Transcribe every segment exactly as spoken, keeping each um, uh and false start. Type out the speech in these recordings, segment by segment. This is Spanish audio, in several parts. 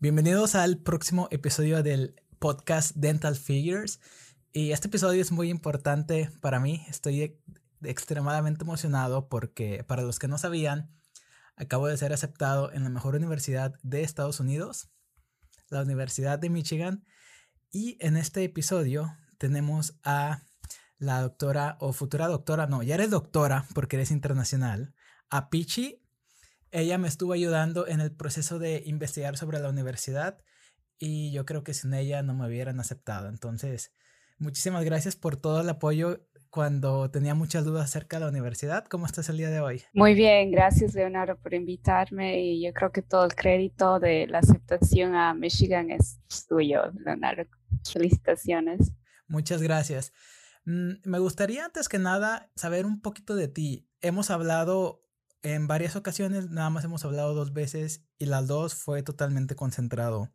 Bienvenidos al próximo episodio del podcast Dental Figures. Y este episodio es muy importante para mí. Estoy e- extremadamente emocionado porque, para los que no sabían, acabo de ser aceptado en la mejor universidad de Estados Unidos, la Universidad de Michigan. Y en este episodio tenemos a la doctora o futura doctora, no, ya eres doctora porque eres internacional, a Pichi. Ella me estuvo ayudando en el proceso de investigar sobre la universidad y yo creo que sin ella no me hubieran aceptado. Entonces, muchísimas gracias por todo el apoyo cuando tenía muchas dudas acerca de la universidad. ¿Cómo estás el día de hoy? Muy bien, gracias Leonardo por invitarme y yo creo que todo el crédito de la aceptación a Michigan es tuyo, Leonardo. Felicitaciones. Muchas gracias. Mm, me gustaría antes que nada saber un poquito de ti. Hemos hablado en varias ocasiones, nada más hemos hablado dos veces y las dos fue totalmente concentrado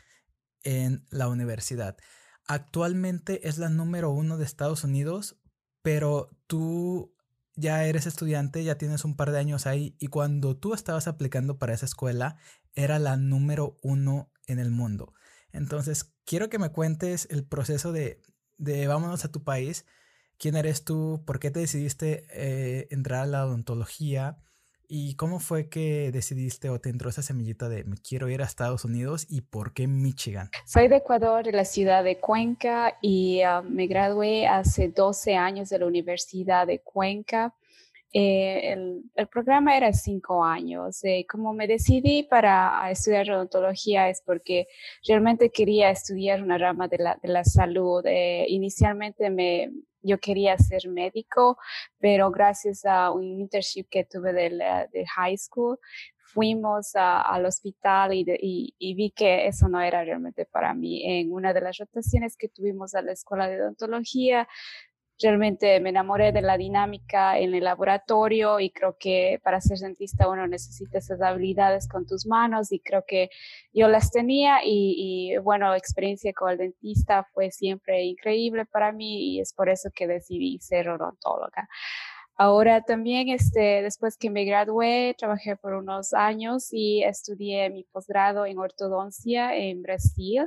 en la universidad. Actualmente es la número uno de Estados Unidos, pero tú ya eres estudiante, ya tienes un par de años ahí y cuando tú estabas aplicando para esa escuela era la número uno en el mundo. Entonces, quiero que me cuentes el proceso de, de vámonos a tu país. ¿Quién eres tú? ¿Por qué te decidiste eh, entrar a la odontología? ¿Y cómo fue que decidiste o te entró esa semillita de me quiero ir a Estados Unidos y por qué Michigan? Soy de Ecuador, de la ciudad de Cuenca y uh, me gradué hace doce años de la Universidad de Cuenca. Eh, el, el programa era cinco años. Eh, como me decidí para estudiar odontología es porque realmente quería estudiar una rama de la, de la salud. Eh, inicialmente me, yo quería ser médico, pero gracias a un internship que tuve de, la, de high school, fuimos a, al hospital y, de, y, y vi que eso no era realmente para mí. En una de las rotaciones que tuvimos a la escuela de odontología, realmente me enamoré de la dinámica en el laboratorio y creo que para ser dentista uno necesita esas habilidades con tus manos y creo que yo las tenía y, y bueno, experiencia con el dentista fue siempre increíble para mí y es por eso que decidí ser odontóloga. Ahora también, este, después que me gradué, trabajé por unos años y estudié mi posgrado en ortodoncia en Brasil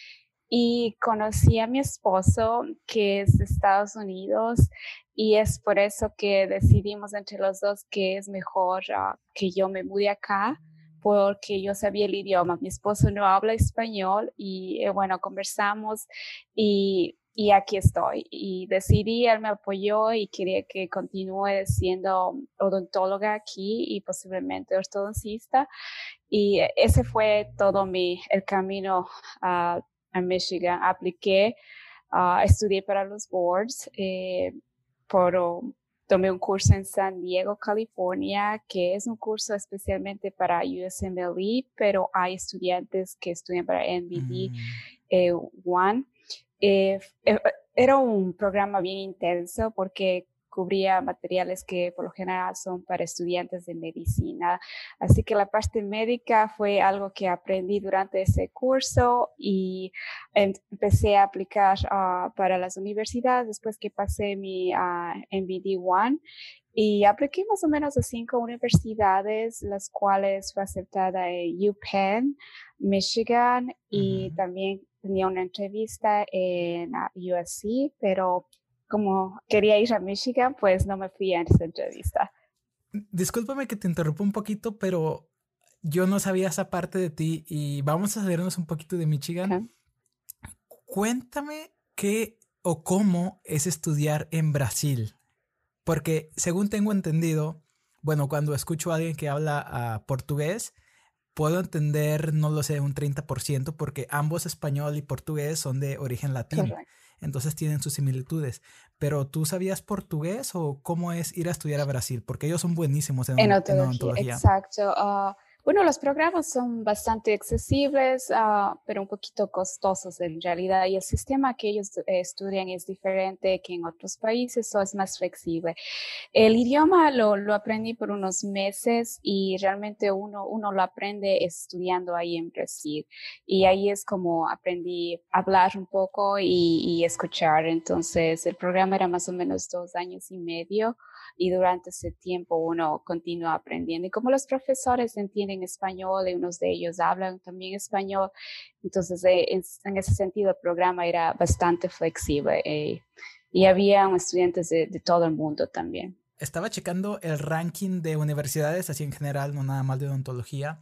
y conocí a mi esposo que es de Estados Unidos y es por eso que decidimos entre los dos que es mejor uh, que yo me mude acá porque yo sabía el idioma. Mi esposo no habla español y eh, bueno, conversamos y, y aquí estoy. Y decidí, él me apoyó y quería que continúe siendo odontóloga aquí y posiblemente ortodoncista. Y ese fue todo mi, el camino uh, a Michigan. Apliqué, uh, estudié para los boards, eh, por, um, tomé un curso en San Diego, California, que es un curso especialmente para U S M L E, pero hay estudiantes que estudian para N B D Mm. eh, One. Eh, eh, era un programa bien intenso porque cubría materiales que por lo general son para estudiantes de medicina. Así que la parte médica fue algo que aprendí durante ese curso y empecé a aplicar uh, para las universidades después que pasé mi uh, N B D One. Y apliqué más o menos a cinco universidades, las cuales fue aceptada en UPenn, Michigan, y Ujú. también tenía una entrevista en uh, U S C, pero como quería ir a Michigan, pues no me fui a esa entrevista. Discúlpame que te interrumpa un poquito, pero yo no sabía esa parte de ti y vamos a salirnos un poquito de Michigan. Okay. Cuéntame qué o cómo es estudiar en Brasil, porque según tengo entendido, bueno, cuando escucho a alguien que habla uh, portugués, puedo entender, no lo sé, un treinta por ciento, porque ambos español y portugués son de origen latín, Correcto. entonces tienen sus similitudes. Pero ¿tú sabías portugués o cómo es ir a estudiar a Brasil? Porque ellos son buenísimos En en, en odontología, odontología. exacto. Uh, bueno, los programas son bastante accesibles, uh, pero un poquito costosos en realidad. Y el sistema que ellos eh, estudian es diferente que en otros países, o es más flexible. El idioma lo, lo aprendí por unos meses y realmente uno, uno lo aprende estudiando ahí en Brasil. Y ahí es como aprendí a hablar un poco y, y escuchar. Entonces, el programa era más o menos dos años y medio. y durante ese tiempo uno continúa aprendiendo. Y como los profesores entienden español y unos de ellos hablan también español, entonces eh, en, en ese sentido el programa era bastante flexible eh, y había estudiantes de, de todo el mundo también. Estaba checando el ranking de universidades, así en general, no nada más de odontología,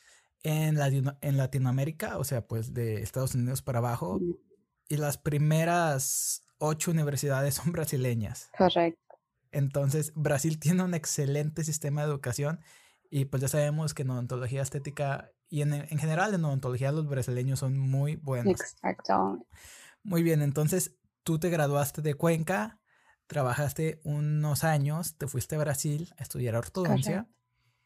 en, Latino, en Latinoamérica, o sea, pues de Estados Unidos para abajo, mm. y las primeras ocho universidades son brasileñas. Correcto. Entonces, Brasil tiene un excelente sistema de educación y pues ya sabemos que en odontología estética y en, en general en odontología los brasileños son muy buenos. Exacto. Muy bien, entonces tú te graduaste de Cuenca, trabajaste unos años, te fuiste a Brasil a estudiar ortodoncia, correcto.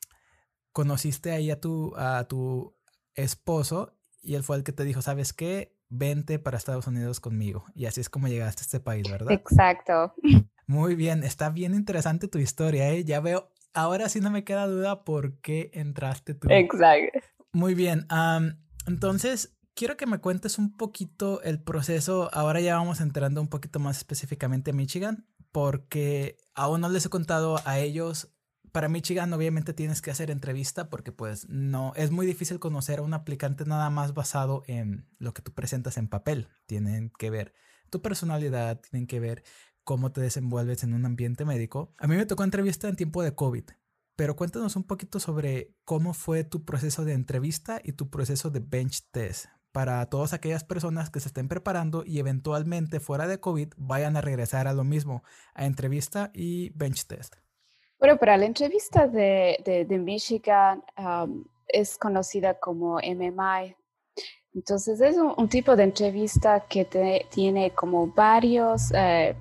Conociste ahí a tu, a tu esposo y él fue el que te dijo, ¿sabes qué? Vente para Estados Unidos conmigo. Y así es como llegaste a este país, ¿verdad? Exacto. Muy bien, está bien interesante tu historia, ¿eh? Ya veo, ahora sí no me queda duda por qué entraste tú. Exacto. Muy bien, um, entonces quiero que me cuentes un poquito el proceso. Ahora ya vamos entrando un poquito más específicamente a Michigan, porque aún no les he contado a ellos. Para Michigan obviamente tienes que hacer entrevista porque pues no, es muy difícil conocer a un aplicante nada más basado en lo que tú presentas en papel. Tienen que ver tu personalidad, tienen que ver cómo te desenvuelves en un ambiente médico. A mí me tocó entrevista en tiempo de COVID, pero cuéntanos un poquito sobre cómo fue tu proceso de entrevista y tu proceso de bench test para todas aquellas personas que se estén preparando y eventualmente fuera de COVID vayan a regresar a lo mismo, a entrevista y bench test. Bueno, para la entrevista de, de, de Michigan um, es conocida como M M I. Entonces es un, un tipo de entrevista que te, tiene como varios eh,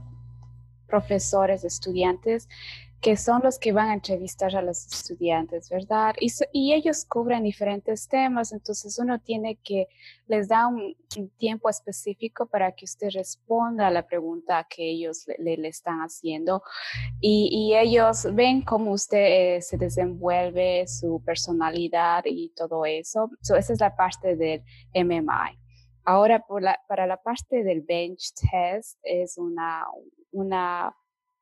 profesores, estudiantes, que son los que van a entrevistar a los estudiantes, ¿verdad? Y, y ellos cubren diferentes temas, entonces uno tiene que, les da un, un tiempo específico para que usted responda a la pregunta que ellos le, le están haciendo. Y, y ellos ven cómo usted eh, se desenvuelve, su personalidad y todo eso. So, esa es la parte del M M I. Ahora, por la, para la parte del bench test, es una, una,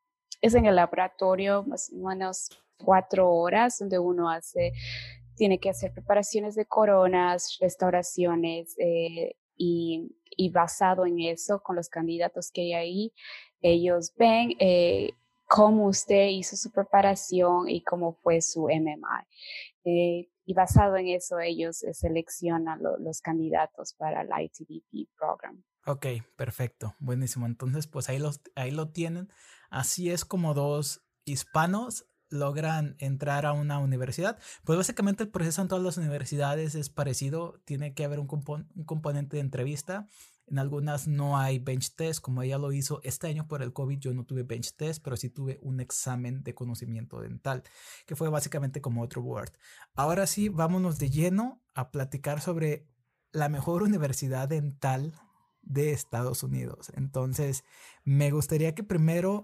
es en el laboratorio más o menos cuatro horas, donde uno hace, tiene que hacer preparaciones de coronas, restauraciones, eh, y, y basado en eso, con los candidatos que hay ahí, ellos ven eh, cómo usted hizo su preparación y cómo fue su M M I. Eh, y basado en eso, ellos eh, seleccionan lo, los candidatos para el I T D P program. Ok, perfecto, buenísimo. Entonces, pues ahí, los, ahí lo tienen. Así es como dos hispanos logran entrar a una universidad. Pues básicamente el proceso en todas las universidades es parecido. Tiene que haber un, compo- un componente de entrevista. En algunas no hay bench test, como ella lo hizo este año por el COVID. Yo no tuve bench test, pero sí tuve un examen de conocimiento dental, que fue básicamente como otro Word. Ahora sí, vámonos de lleno a platicar sobre la mejor universidad dental de Estados Unidos. Entonces, me gustaría que primero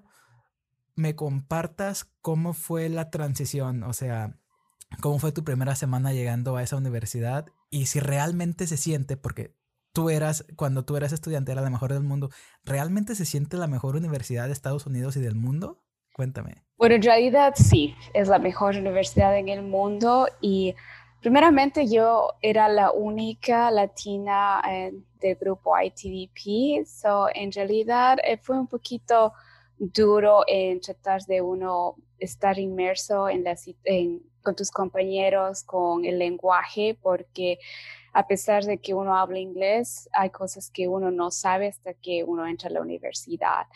me compartas cómo fue la transición, o sea, cómo fue tu primera semana llegando a esa universidad y si realmente se siente, porque tú eras, cuando tú eras estudiante, era la mejor del mundo, ¿realmente se siente la mejor universidad de Estados Unidos y del mundo? Cuéntame. Bueno, en realidad sí, es la mejor universidad en el mundo y primeramente yo era la única latina eh, del grupo I T D P, so en realidad eh, fue un poquito duro en tratar de uno estar inmerso en la, en, con tus compañeros, con el lenguaje, porque a pesar de que uno habla inglés, hay cosas que uno no sabe hasta que uno entra a la universidad.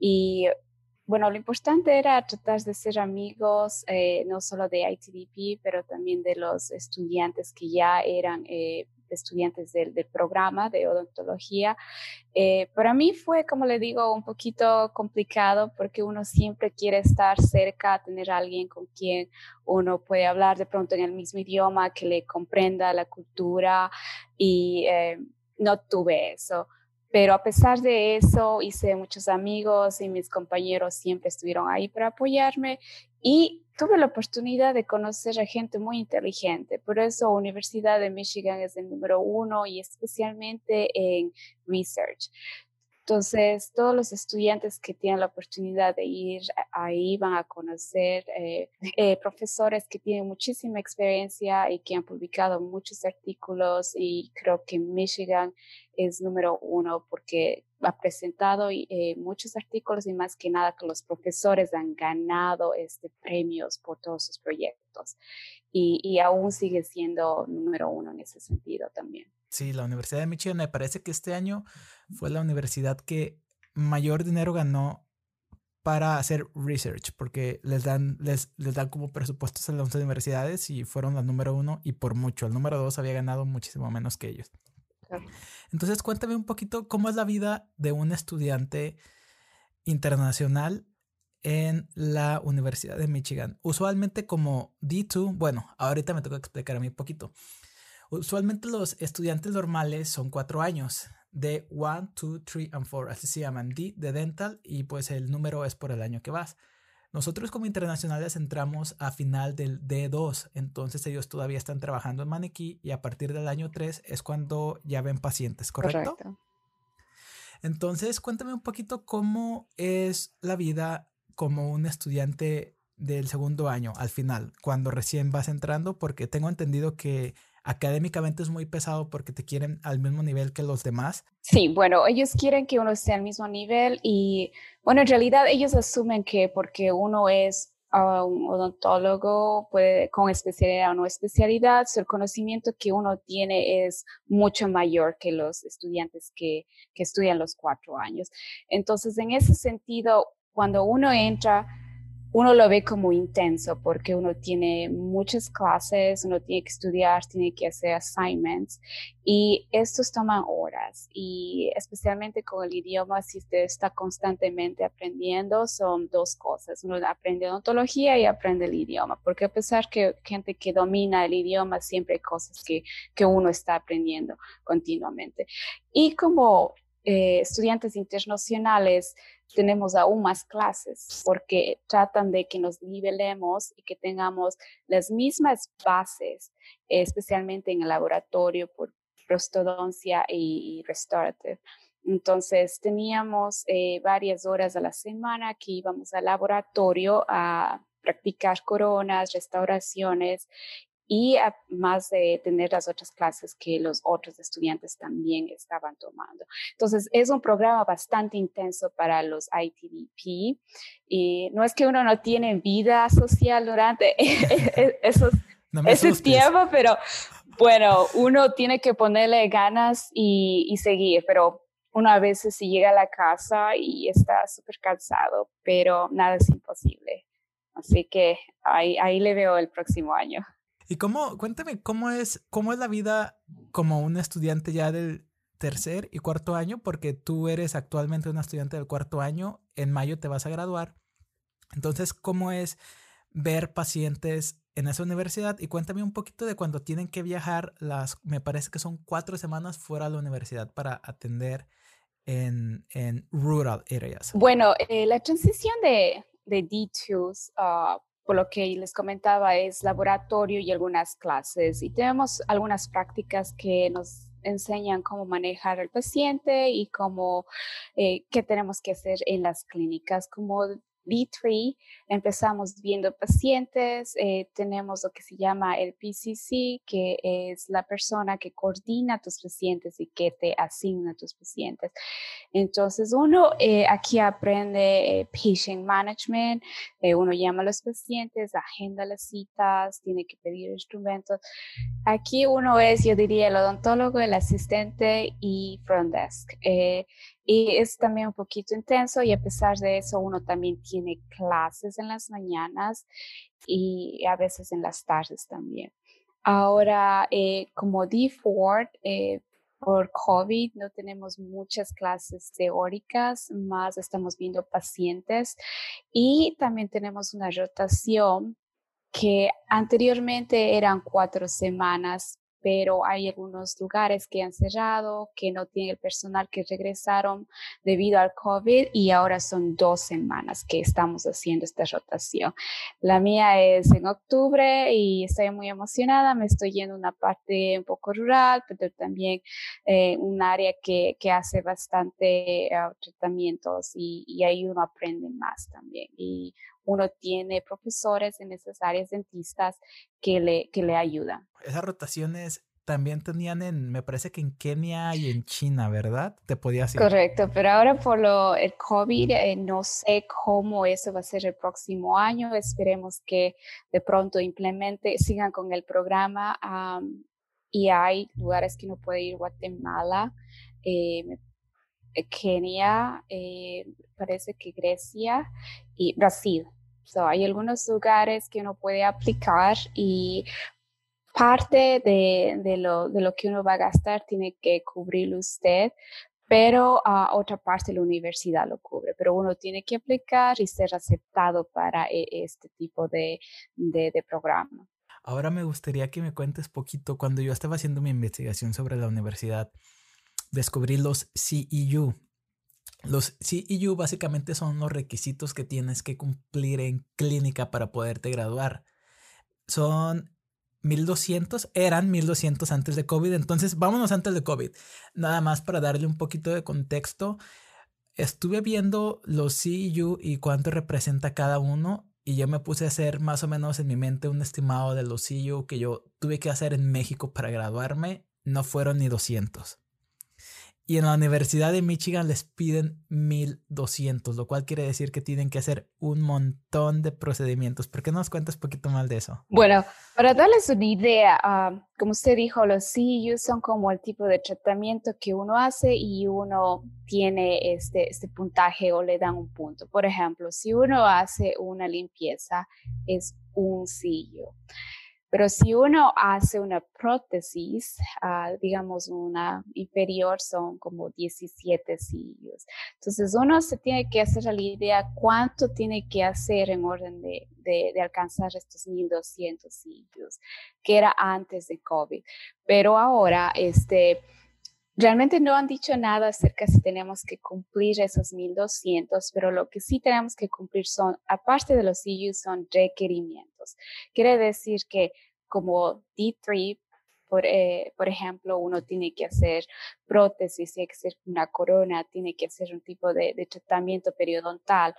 Y bueno, lo importante era tratar de ser amigos, eh, no solo de I T D P, pero también de los estudiantes que ya eran eh, estudiantes del, del programa de odontología. Eh, para mí fue, como le digo, un poquito complicado porque uno siempre quiere estar cerca, tener a alguien con quien uno puede hablar de pronto en el mismo idioma, que le comprenda la cultura y eh, no tuve eso. Pero a pesar de eso, hice muchos amigos y mis compañeros siempre estuvieron ahí para apoyarme y tuve la oportunidad de conocer a gente muy inteligente. Por eso Universidad de Michigan es el número uno y especialmente en research. Entonces, todos los estudiantes que tienen la oportunidad de ir ahí van a conocer eh, eh, profesores que tienen muchísima experiencia y que han publicado muchos artículos, y creo que Michigan es número uno porque ha presentado eh, muchos artículos, y más que nada que los profesores han ganado este, premios por todos sus proyectos, y, y aún sigue siendo número uno en ese sentido también. Sí, la Universidad de Michigan me parece que este año fue la universidad que mayor dinero ganó para hacer research, porque les dan, les, les dan como presupuestos a las universidades y fueron la número uno y por mucho. El número dos había ganado muchísimo menos que ellos. Claro. Entonces, cuéntame un poquito cómo es la vida de un estudiante internacional en la Universidad de Michigan. Usualmente como D dos, bueno, ahorita me toca explicar a mí un poquito. Usualmente los estudiantes normales son cuatro años, de uno, dos, tres and cuatro, así se llaman, D de dental, y pues el número es por el año que vas. Nosotros como internacionales entramos a final del D dos, entonces ellos todavía están trabajando en maniquí y a partir del año tres es cuando ya ven pacientes, ¿correcto? Correcto. Entonces cuéntame un poquito cómo es la vida como un estudiante del segundo año al final, cuando recién vas entrando, porque tengo entendido que académicamente es muy pesado porque te quieren al mismo nivel que los demás. Sí, bueno, ellos quieren que uno esté al mismo nivel y, bueno, en realidad ellos asumen que porque uno es uh, un odontólogo puede, con especialidad o no especialidad, el conocimiento que uno tiene es mucho mayor que los estudiantes que, que estudian los cuatro años. Entonces, en ese sentido, cuando uno entra, uno lo ve como intenso porque uno tiene muchas clases, uno tiene que estudiar, tiene que hacer assignments, y estos toman horas, y especialmente con el idioma, si usted está constantemente aprendiendo, son dos cosas: uno aprende odontología y aprende el idioma, porque a pesar que gente que domina el idioma, siempre hay cosas que, que uno está aprendiendo continuamente. Y como eh, estudiantes internacionales, tenemos aún más clases porque tratan de que nos nivelemos y que tengamos las mismas bases, eh, especialmente en el laboratorio por prostodoncia y, y restorative. Entonces teníamos eh, varias horas a la semana que íbamos al laboratorio a practicar coronas, restauraciones, y además de tener las otras clases que los otros estudiantes también estaban tomando. Entonces, es un programa bastante intenso para los I T D P, y no es que uno no tiene vida social durante esos, No me ese asustes. tiempo, pero bueno, uno tiene que ponerle ganas y, y seguir, pero uno a veces sí llega a la casa y está súper cansado, pero nada es imposible. Así que ahí, ahí le veo el próximo año. ¿Y cómo, cuéntame, cómo es, cómo es la vida como un estudiante ya del tercer y cuarto año? Porque tú eres actualmente un estudiante del cuarto año, en mayo te vas a graduar. Entonces, ¿cómo es ver pacientes en esa universidad? Y cuéntame un poquito de cuando tienen que viajar las, me parece que son cuatro semanas fuera de la universidad para atender en, en rural areas. Bueno, eh, la transición de, de D dos, uh, por lo que les comentaba, es laboratorio y algunas clases, y tenemos algunas prácticas que nos enseñan cómo manejar al paciente y cómo, eh, qué tenemos que hacer en las clínicas. Como D tres, empezamos viendo pacientes, eh, tenemos lo que se llama el P C C, que es la persona que coordina a tus pacientes y que te asigna a tus pacientes. Entonces, uno eh, aquí aprende eh, patient management, eh, uno llama a los pacientes, agenda las citas, tiene que pedir instrumentos. Aquí uno es, yo diría, el odontólogo, el asistente y front desk. Eh, y es también un poquito intenso, y a pesar de eso uno también tiene clases en las mañanas y a veces en las tardes también. Ahora, eh, como D cuatro, eh, por COVID no tenemos muchas clases teóricas, más estamos viendo pacientes, y también tenemos una rotación que anteriormente eran cuatro semanas, pero hay algunos lugares que han cerrado, que no tienen el personal, que regresaron debido al COVID y ahora son dos semanas que estamos haciendo esta rotación. La mía es en octubre y estoy muy emocionada. Me estoy yendo a una parte un poco rural, pero también eh, un área que, que hace bastante uh, tratamientos y, y ahí uno aprende más también. Y uno tiene profesores en esas áreas dentistas que le, que le ayudan. Esas rotaciones también tenían en, me parece que en Kenia y en China, ¿verdad? Te podías ir. Correcto, pero ahora por lo, el COVID, eh, no sé cómo eso va a ser el próximo año. Esperemos que de pronto implemente, sigan con el programa. Um, y hay lugares que no puede ir, Guatemala, eh, Kenia, eh, parece que Grecia y Brasil. So, hay algunos lugares que uno puede aplicar y parte de, de, lo, de lo que uno va a gastar tiene que cubrirlo usted, pero uh, otra parte la universidad lo cubre. Pero uno tiene que aplicar y ser aceptado para e, este tipo de, de, de programa. Ahora me gustaría que me cuentes poquito. Cuando yo estaba haciendo mi investigación sobre la universidad, descubrí los C E U. Los C E U básicamente son los requisitos que tienes que cumplir en clínica para poderte graduar. Son mil doscientos, eran mil doscientos antes de COVID, entonces vámonos antes de COVID. Nada más para darle un poquito de contexto, estuve viendo los C E U y cuánto representa cada uno y yo me puse a hacer más o menos en mi mente un estimado de los C E U que yo tuve que hacer en México para graduarme, no fueron ni doscientos. Y en la Universidad de Michigan les piden mil doscientos, lo cual quiere decir que tienen que hacer un montón de procedimientos. ¿Por qué no nos cuentas un poquito más de eso? Bueno, para darles una idea, uh, como usted dijo, los C E U son como el tipo de tratamiento que uno hace y uno tiene este, este puntaje o le dan un punto. Por ejemplo, si uno hace una limpieza, es un C E U. Pero si uno hace una prótesis, uh, digamos una inferior, son como diecisiete C E Us. Entonces uno se tiene que hacer la idea cuánto tiene que hacer en orden de, de, de alcanzar estos mil doscientos C E Us, que era antes de COVID. Pero ahora, este... realmente no han dicho nada acerca si tenemos que cumplir esos mil doscientos, pero lo que sí tenemos que cumplir son, aparte de los C E U, son requerimientos. Quiere decir que como D tres, por, eh, por ejemplo, uno tiene que hacer prótesis, tiene que hacer una corona, tiene que hacer un tipo de, de tratamiento periodontal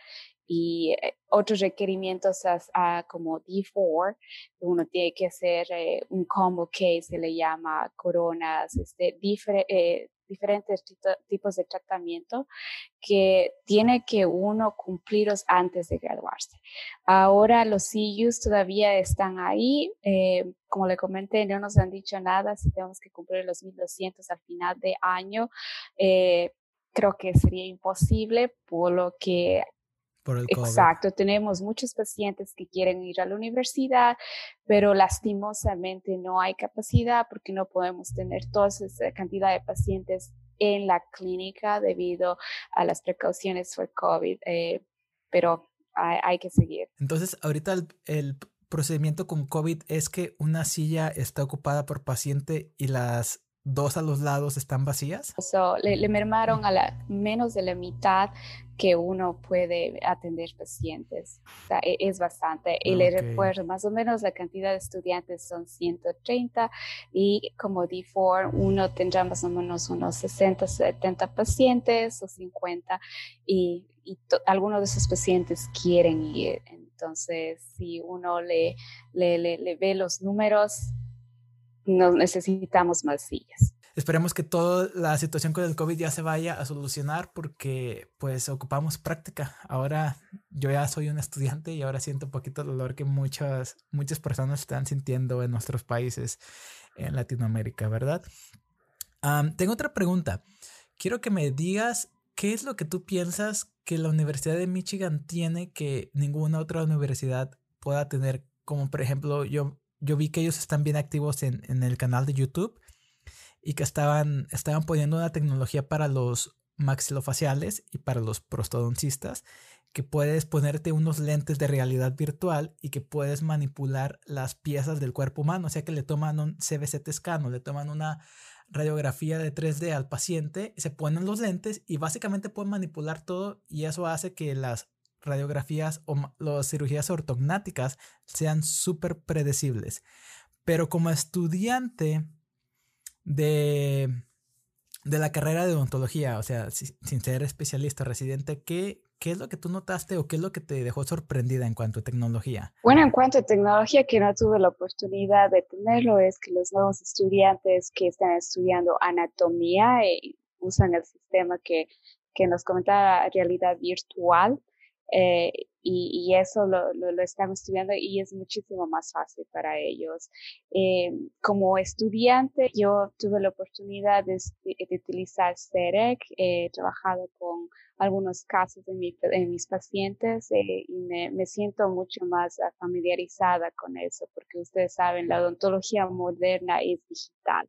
y eh, otros requerimientos as, uh, como D cuatro, uno tiene que hacer eh, un combo case, se le llama coronas, este, difer eh, diferentes tipos de tratamiento que tiene que uno cumplirlos antes de graduarse. Ahora los C E Us todavía están ahí, eh, como le comenté, no nos han dicho nada si tenemos que cumplir los mil doscientos al final de año. Eh, creo que sería imposible, por lo que por el COVID. Exacto, tenemos muchos pacientes que quieren ir a la universidad, pero lastimosamente no hay capacidad porque no podemos tener toda esa cantidad de pacientes en la clínica debido a las precauciones por COVID, eh, pero hay, hay que seguir. Entonces, ahorita el, el procedimiento con COVID es que una silla está ocupada por paciente y las dos a los lados están vacías. So, le, le mermaron a la, menos de la mitad que uno puede atender pacientes. O sea, es bastante. Y okay. Le recuerdo, más o menos la cantidad de estudiantes son ciento treinta y como D cuatro, uno tendrá más o menos unos sesenta, setenta pacientes o cincuenta y, y to, algunos de esos pacientes quieren ir. Entonces, si uno le, le, le, le ve los números, no necesitamos más sillas. Esperemos que toda la situación con el COVID ya se vaya a solucionar porque pues ocupamos práctica. Ahora yo ya soy un estudiante y ahora siento un poquito el dolor que muchas, muchas personas están sintiendo en nuestros países en Latinoamérica, ¿verdad? Um, tengo otra pregunta. Quiero que me digas qué es lo que tú piensas que la Universidad de Michigan tiene que ninguna otra universidad pueda tener. Como por ejemplo, yo, yo vi que ellos están bien activos en, en el canal de YouTube y que estaban, estaban poniendo una tecnología para los maxilofaciales y para los prostodoncistas que puedes ponerte unos lentes de realidad virtual y que puedes manipular las piezas del cuerpo humano, o sea que le toman un C B C T scan o le toman una radiografía de tres D al paciente, se ponen los lentes y básicamente pueden manipular todo y eso hace que las radiografías o las cirugías ortognáticas sean súper predecibles. Pero como estudiante de, de la carrera de odontología, o sea, si, sin ser especialista residente, ¿qué, ¿qué es lo que tú notaste o qué es lo que te dejó sorprendida en cuanto a tecnología? Bueno, en cuanto a tecnología, que no tuve la oportunidad de tenerlo, es que los nuevos estudiantes que están estudiando anatomía eh, usan el sistema que, que nos comentaba, realidad virtual, eh, y, y eso lo, lo, lo están estudiando y es muchísimo más fácil para ellos. Eh, como estudiante, yo tuve la oportunidad de, de utilizar C E R E C, he trabajado con algunos casos en, mi, en mis pacientes eh, y me, me siento mucho más uh, familiarizada con eso, porque ustedes saben, la odontología moderna es digital.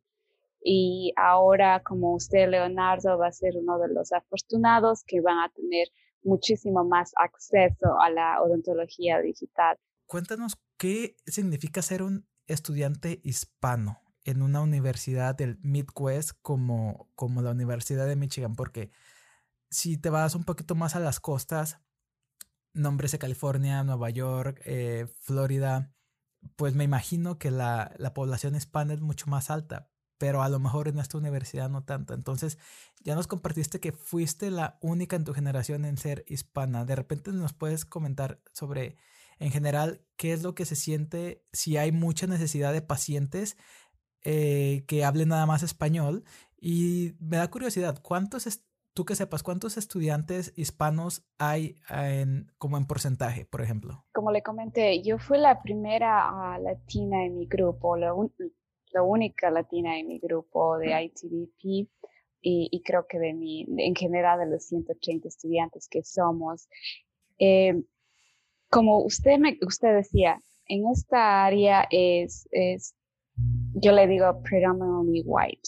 Y ahora, como usted, Leonardo, va a ser uno de los afortunados que van a tener muchísimo más acceso a la odontología digital. Cuéntanos qué significa ser un estudiante hispano en una universidad del Midwest como, como la Universidad de Michigan, porque si te vas un poquito más a las costas, nombres de California, Nueva York, eh, Florida, pues me imagino que la, la población hispana es mucho más alta, pero a lo mejor en esta universidad no tanto. Entonces, ya nos compartiste que fuiste la única en tu generación en ser hispana. De repente nos puedes comentar sobre, en general, qué es lo que se siente si hay mucha necesidad de pacientes eh, que hablen nada más español. Y me da curiosidad, ¿cuántos, est- tú que sepas, cuántos estudiantes hispanos hay en, como en porcentaje, por ejemplo? Como le comenté, yo fui la primera uh, latina en mi grupo, la, un, la única latina en mi grupo de I T B P y, y creo que de mi, en general de los ciento treinta estudiantes que somos. Eh, como usted, me, usted decía, en esta área es, es, yo le digo predominantly white.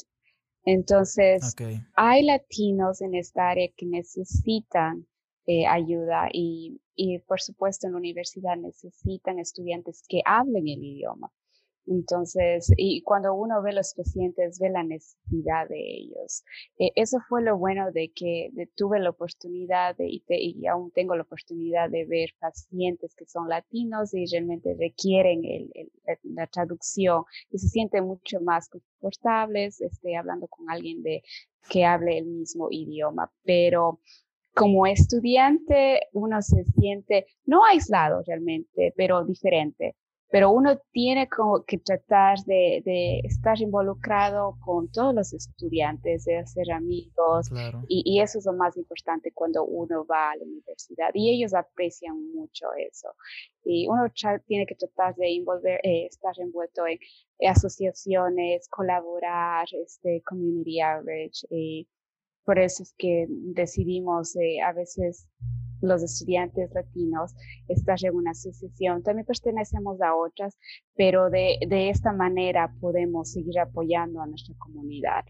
Entonces, Ok. hay latinos en esta área que necesitan eh, ayuda y, y, por supuesto, en la universidad necesitan estudiantes que hablen el idioma. Entonces, y cuando uno ve los pacientes, ve la necesidad de ellos. Eh, eso fue lo bueno de que de, tuve la oportunidad de, y, te, y aún tengo la oportunidad de ver pacientes que son latinos y realmente requieren el, el, la traducción y se sienten mucho más confortables este, hablando con alguien de, que hable el mismo idioma. Pero como estudiante, uno se siente no aislado realmente, pero diferente. Pero uno tiene como que tratar de, de estar involucrado con todos los estudiantes, de hacer amigos, Claro. y, y eso es lo más importante cuando uno va a la universidad. Y ellos aprecian mucho eso. Y uno tiene que tratar de envolver, eh, estar envuelto en eh, asociaciones, colaborar, este, community outreach. Eh, por eso es que decidimos eh, a veces los estudiantes latinos estar en una asociación. También pertenecemos a otras, pero de, de esta manera podemos seguir apoyando a nuestra comunidad.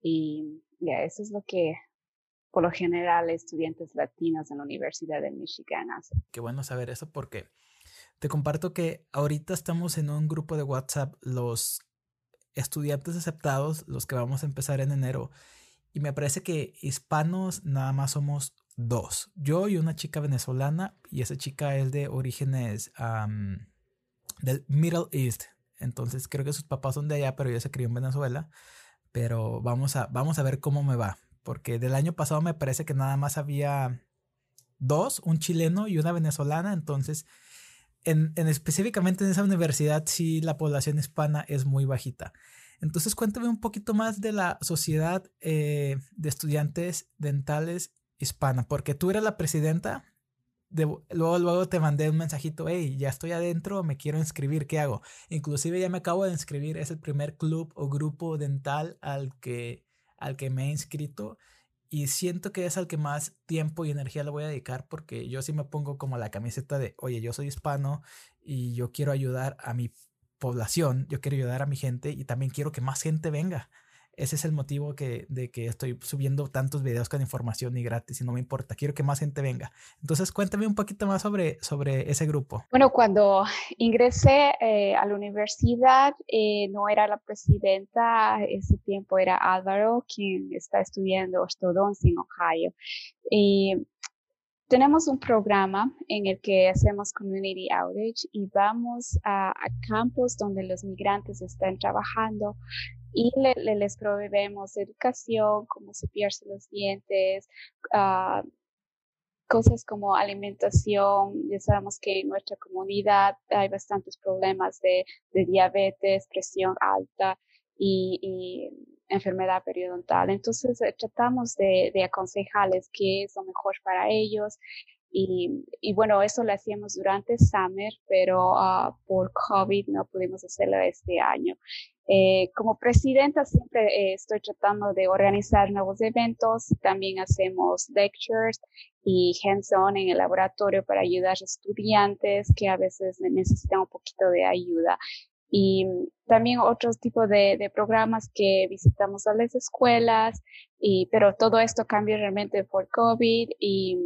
Y yeah, eso es lo que por lo general estudiantes latinos en la Universidad de Michigan hacen. Qué bueno saber eso porque te comparto que ahorita estamos en un grupo de WhatsApp, los estudiantes aceptados, los que vamos a empezar en enero. Y me parece que hispanos nada más somos dos. Yo y una chica venezolana. Y esa chica es de orígenes um, del Middle East. Entonces creo que sus papás son de allá, pero ella se crió en Venezuela. Pero vamos a, vamos a ver cómo me va. Porque del año pasado me parece que nada más había dos, un chileno y una venezolana. Entonces, en, en específicamente en esa universidad sí la población hispana es muy bajita. Entonces cuéntame un poquito más de la sociedad eh, de estudiantes dentales hispana, porque tú eres la presidenta, de, luego, luego te mandé un mensajito, hey, ya estoy adentro, me quiero inscribir, ¿qué hago? Inclusive ya me acabo de inscribir, es el primer club o grupo dental al que, al que me he inscrito y siento que es al que más tiempo y energía le voy a dedicar porque yo sí me pongo como la camiseta de, oye, yo soy hispano y yo quiero ayudar a mi población, yo quiero ayudar a mi gente y también quiero que más gente venga. ese es el motivo que, de que estoy subiendo tantos videos con información y gratis y no me importa, quiero que más gente venga. Entonces cuéntame un poquito más sobre, sobre ese grupo. Bueno, cuando ingresé eh, a la universidad, eh, no era la presidenta, ese tiempo era Álvaro, quien está estudiando ortodoncia en Ohio. Y tenemos un programa en el que hacemos community outreach y vamos a, a campos donde los migrantes están trabajando y le, le, les proveemos educación, cómo cepillarse los dientes, uh, cosas como alimentación. Ya sabemos que en nuestra comunidad hay bastantes problemas de, de diabetes, presión alta y, y enfermedad periodontal. Entonces eh, tratamos de, de aconsejarles qué es lo mejor para ellos. Y, y bueno, eso lo hacíamos durante Summer, pero uh, por COVID no pudimos hacerlo este año. Eh, como presidenta siempre eh, estoy tratando de organizar nuevos eventos, también hacemos lectures y hands-on en el laboratorio para ayudar a estudiantes que a veces necesitan un poquito de ayuda. Y también otros tipos de, de programas que visitamos a las escuelas, y, pero todo esto cambió realmente por COVID y,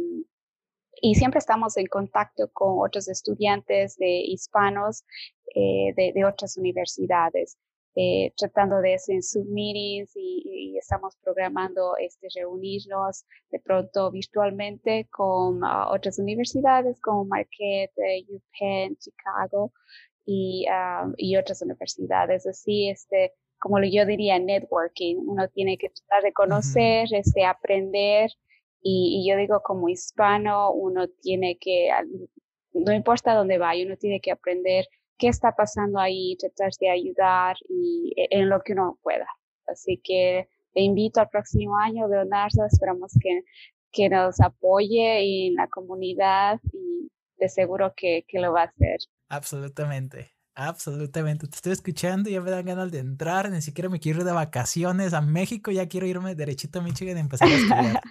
y siempre estamos en contacto con otros estudiantes de hispanos eh, de, de otras universidades. Eh, tratando de hacer Zoom-meetings y, y estamos programando este, reunirnos de pronto virtualmente con uh, otras universidades como Marquette, eh, UPenn, Chicago y, um, y otras universidades. Así, este, como yo diría, networking. Uno tiene que tratar de conocer, uh-huh. este, aprender y, y yo digo como hispano, uno tiene que, no importa dónde vaya, uno tiene que aprender qué está pasando ahí, tratar de ayudar y en lo que uno pueda. Así que te invito al próximo año, Leonardo, esperamos que, que nos apoye en la comunidad y de seguro que, que lo va a hacer. Absolutamente, absolutamente. Te estoy escuchando y ya me dan ganas de entrar, ni siquiera me quiero ir de vacaciones a México, ya quiero irme derechito a Michigan y empezar a estudiar.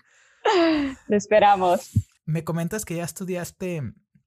Lo esperamos. Me comentas que ya estudiaste.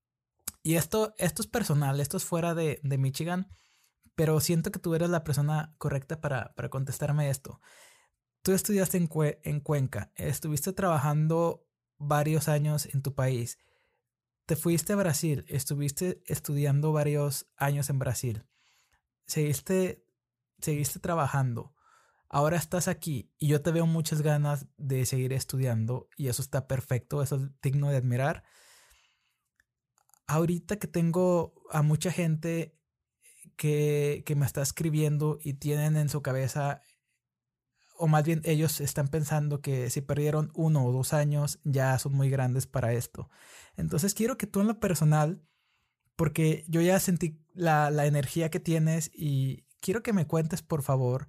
Y esto, esto es personal, esto es fuera de, de Michigan, pero siento que tú eres la persona correcta para, para contestarme esto. Tú estudiaste en, Cue- en Cuenca, estuviste trabajando varios años en tu país, te fuiste a Brasil, estuviste estudiando varios años en Brasil, seguiste, seguiste trabajando, ahora estás aquí y yo te veo muchas ganas de seguir estudiando y eso está perfecto, eso es digno de admirar. Ahorita que tengo a mucha gente que, que me está escribiendo y tienen en su cabeza, o más bien ellos están pensando que si perdieron uno o dos años ya son muy grandes para esto. Entonces quiero que tú en lo personal, porque yo ya sentí la, la energía que tienes y quiero que me cuentes por favor,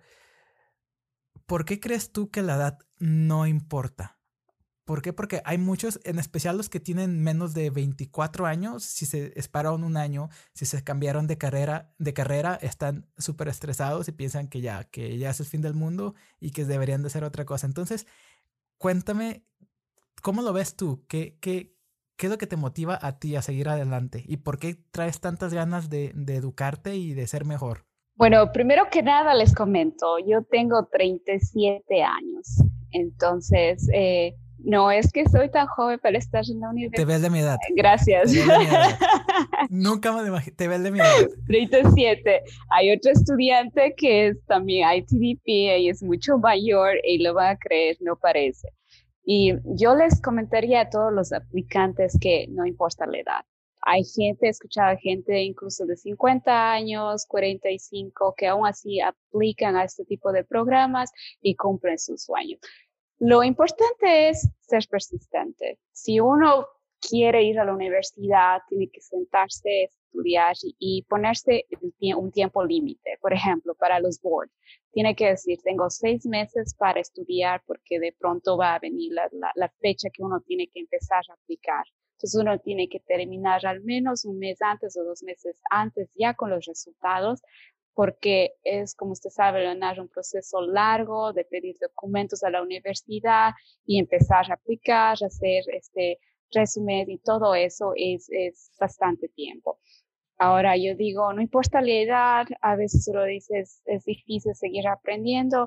¿por qué crees tú que la edad no importa? ¿Por qué? Porque hay muchos, en especial los que tienen menos de veinticuatro años, si se esperaron un año, si se cambiaron de carrera, de carrera están súper estresados y piensan que ya, que ya es el fin del mundo y que deberían de hacer otra cosa. Entonces, cuéntame, ¿cómo lo ves tú? ¿Qué, qué, qué es lo que te motiva a ti a seguir adelante? ¿Y por qué traes tantas ganas de, de educarte y de ser mejor? Bueno, primero que nada les comento, yo tengo treinta y siete años, entonces... Eh, No es que soy tan joven para estar en la universidad. Te ves de mi edad. Gracias. Te ves de mi edad. Nunca me imagino. Te ves de mi edad. treinta y siete. Hay otro estudiante que es también I T D P y es mucho mayor y lo van a creer, no parece. Y yo les comentaría a todos los aplicantes que no importa la edad. Hay gente, he escuchado gente incluso de cincuenta años, cuarenta y cinco, que aún así aplican a este tipo de programas y cumplen sus sueños. Lo importante es ser persistente. Si uno quiere ir a la universidad, tiene que sentarse, estudiar y, y ponerse un tiempo límite. Por ejemplo, para los boards, tiene que decir, tengo seis meses para estudiar porque de pronto va a venir la, la, la fecha que uno tiene que empezar a aplicar. Entonces uno tiene que terminar al menos un mes antes o dos meses antes ya con los resultados, porque es, como usted sabe, Leonardo, un proceso largo de pedir documentos a la universidad y empezar a aplicar, hacer este resumen y todo eso es, es bastante tiempo. Ahora yo digo, no importa la edad, a veces uno dice es, es difícil seguir aprendiendo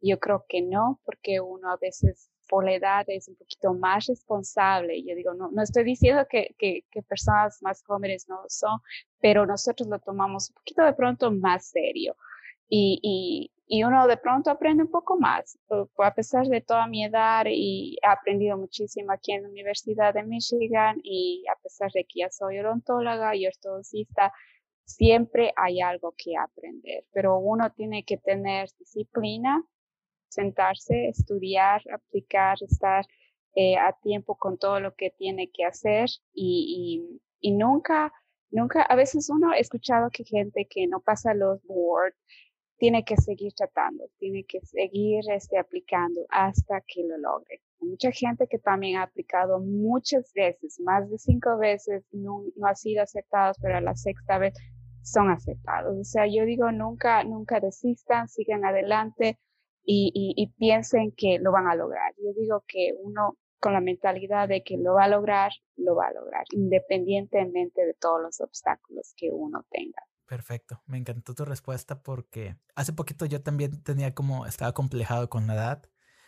Yo creo que no, porque uno a veces por la edad es un poquito más responsable. Yo digo, no, no estoy diciendo que, que, que personas más jóvenes no lo son, pero nosotros lo tomamos un poquito de pronto más serio. Y, y, y uno de pronto aprende un poco más. A pesar de toda mi edad, y he aprendido muchísimo aquí en la Universidad de Michigan, y a pesar de que ya soy odontóloga y ortodoncista, siempre hay algo que aprender. Pero uno tiene que tener disciplina, sentarse, estudiar, aplicar, estar eh, a tiempo con todo lo que tiene que hacer y, y, y nunca, nunca, a veces uno ha escuchado que gente que no pasa los boards tiene que seguir tratando, tiene que seguir este, aplicando hasta que lo logre. Hay mucha gente que también ha aplicado muchas veces, más de cinco veces, no, no ha sido aceptados, pero a la sexta vez son aceptados. O sea, yo digo, nunca, nunca desistan, sigan adelante y, y, y piensen que lo van a lograr. Yo digo que uno con la mentalidad de que lo va a lograr, lo va a lograr, independientemente de todos los obstáculos que uno tenga. Perfecto, me encantó tu respuesta porque hace poquito yo también tenía como, estaba complejado con la edad,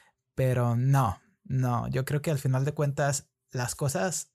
pero no, no, yo creo que al final de cuentas las cosas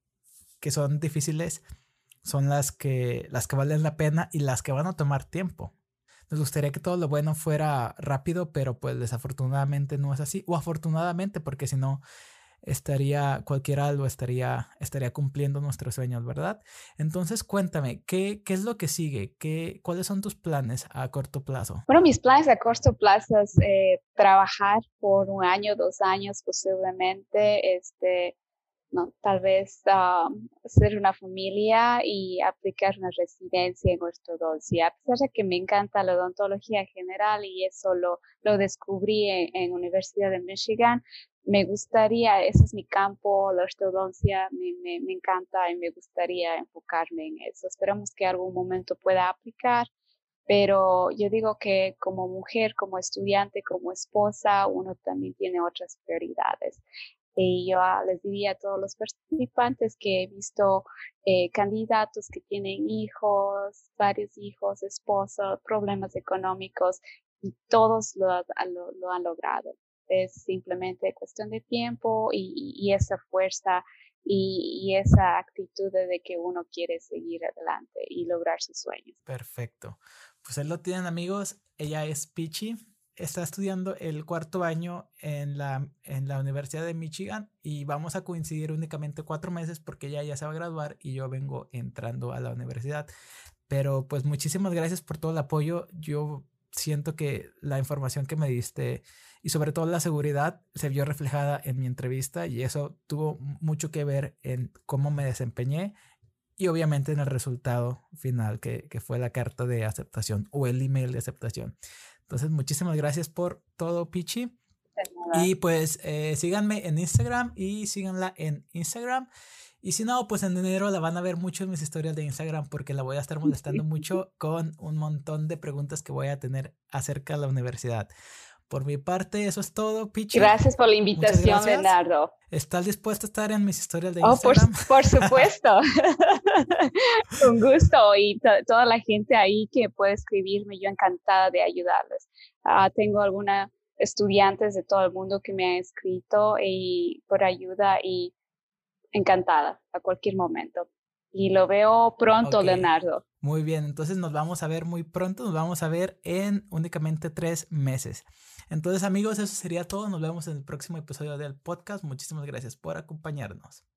que son difíciles son las que, las que valen la pena y las que van a tomar tiempo. Nos gustaría que todo lo bueno fuera rápido, pero pues desafortunadamente no es así, o afortunadamente, porque si no estaría, cualquiera lo estaría, estaría cumpliendo nuestros sueños, ¿verdad? Entonces cuéntame, ¿qué, qué es lo que sigue? ¿Qué, ¿Cuáles son tus planes a corto plazo? Bueno, mis planes a corto plazo es eh, trabajar por un año, dos años posiblemente, este, no, tal vez um, hacer una familia y aplicar una residencia en ortodoncia. A pesar de que me encanta la odontología en general y eso lo, lo descubrí en, en Universidad de Michigan, me gustaría, ese es mi campo, la ortodoncia, me, me, me encanta y me gustaría enfocarme en eso. Esperamos que algún momento pueda aplicar, pero yo digo que como mujer, como estudiante, como esposa, uno también tiene otras prioridades. Y yo les diría a todos los participantes que he visto eh, candidatos que tienen hijos, varios hijos, esposos, problemas económicos, y todos lo, lo, lo han logrado. Es simplemente cuestión de tiempo y, y esa fuerza y, y esa actitud de que uno quiere seguir adelante y lograr sus sueños. Perfecto. Pues ahí lo tienen, amigos. Ella es Pichi. Está estudiando el cuarto año en la, en la Universidad de Michigan y vamos a coincidir únicamente cuatro meses porque ella ya se va a graduar y yo vengo entrando a la universidad. Pero pues muchísimas gracias por todo el apoyo. Yo siento que la información que me diste y sobre todo la seguridad se vio reflejada en mi entrevista y eso tuvo mucho que ver en cómo me desempeñé y obviamente en el resultado final que, que fue la carta de aceptación o el email de aceptación. Entonces, muchísimas gracias por todo, Pichi. Y pues eh, síganme en Instagram y síganla en Instagram. Y si no, pues en enero la van a ver mucho en mis historias de Instagram porque la voy a estar molestando mucho con un montón de preguntas que voy a tener acerca de la universidad. Por mi parte, eso es todo, Pichi. Gracias por la invitación, Leonardo. ¿Estás dispuesto a estar en mis historias de oh, Instagram? Por, por supuesto. Un gusto. Y to toda la gente ahí que puede escribirme, yo encantada de ayudarles. Uh, tengo algunos estudiantes de todo el mundo que me han escrito y por ayuda y encantada a cualquier momento. Y lo veo pronto, okay. Leonardo. Muy bien, entonces nos vamos a ver muy pronto, nos vamos a ver en únicamente tres meses. Entonces, amigos, eso sería todo. Nos vemos en el próximo episodio del podcast. Muchísimas gracias por acompañarnos.